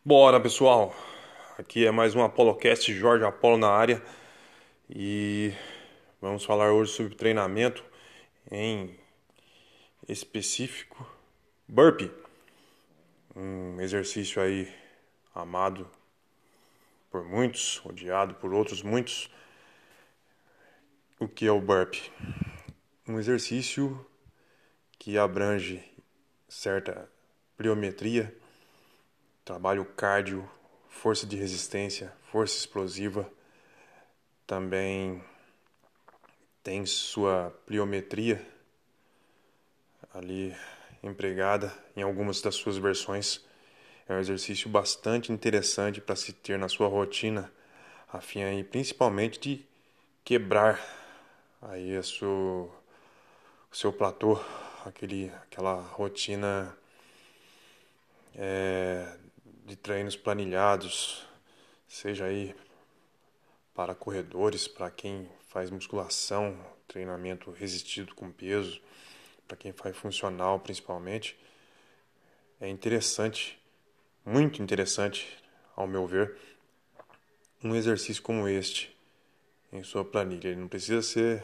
Bora, pessoal! Aqui é mais um ApoloCast, Jorge Apolo na área e vamos falar hoje sobre treinamento, em específico Burpee, um exercício aí amado por muitos, odiado por outros muitos. O que é o Burpee? Um exercício que abrange certa pliometria, trabalho cardio, força de resistência, força explosiva, também tem sua pliometria ali empregada em algumas das suas versões. É um exercício bastante interessante para se ter na sua rotina, a fim aí principalmente de quebrar aí o seu platô, aquela rotina de treinos planilhados, seja aí para corredores, para quem faz musculação, treinamento resistido com peso, para quem faz funcional principalmente. É interessante, muito interessante, ao meu ver, um exercício como este em sua planilha. Ele não precisa ser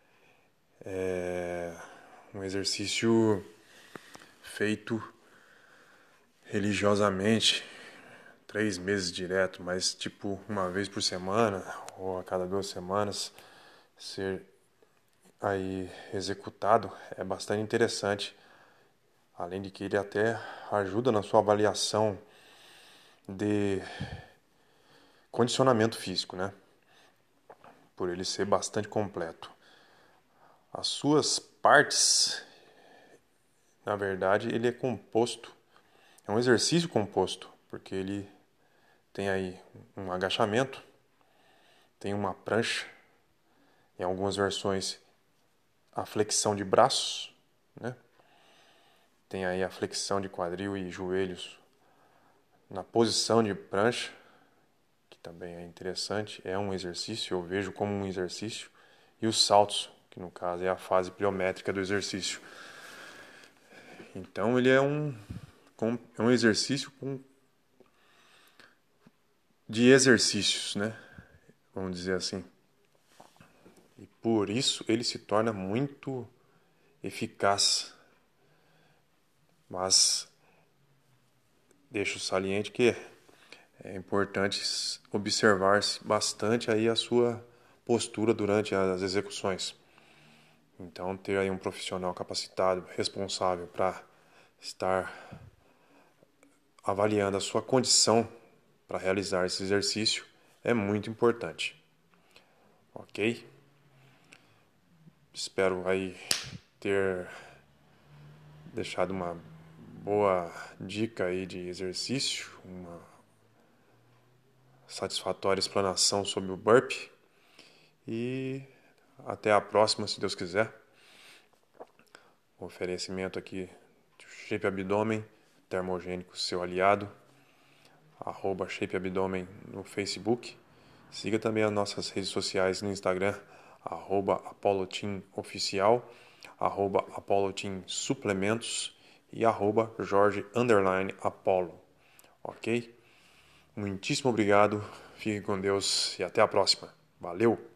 um exercício feito religiosamente, 3 meses direto, mas tipo uma vez por semana ou a cada 2 semanas ser aí executado é bastante interessante. Além de que ele até ajuda na sua avaliação de condicionamento físico, né? Por ele ser bastante completo. As suas partes, na verdade, ele é composto, é um exercício composto, porque ele tem aí um agachamento, tem uma prancha, em algumas versões a flexão de braços, né? Tem aí a flexão de quadril e joelhos na posição de prancha, que também é interessante, é um exercício, eu vejo como um exercício, e os saltos, que no caso é a fase pliométrica do exercício. Então ele é um exercício de exercícios, né? Vamos dizer assim. E por isso ele se torna muito eficaz. Mas deixo saliente que é importante observar bastante aí a sua postura durante as execuções. Então ter aí um profissional capacitado, responsável para estar avaliando a sua condição para realizar esse exercício é muito importante. Ok? Espero aí ter deixado uma boa dica aí de exercício, uma satisfatória explanação sobre o burpee e até a próxima, se Deus quiser. O oferecimento aqui de Shape Abdômen Termogênico, seu aliado, @Shape Abdômen no Facebook. Siga também as nossas redes sociais no Instagram, @ApoloTeamOficial, @ApoloTeamSuplementos e @Jorge_Apolo. Ok? Muitíssimo obrigado, fique com Deus e até a próxima. Valeu!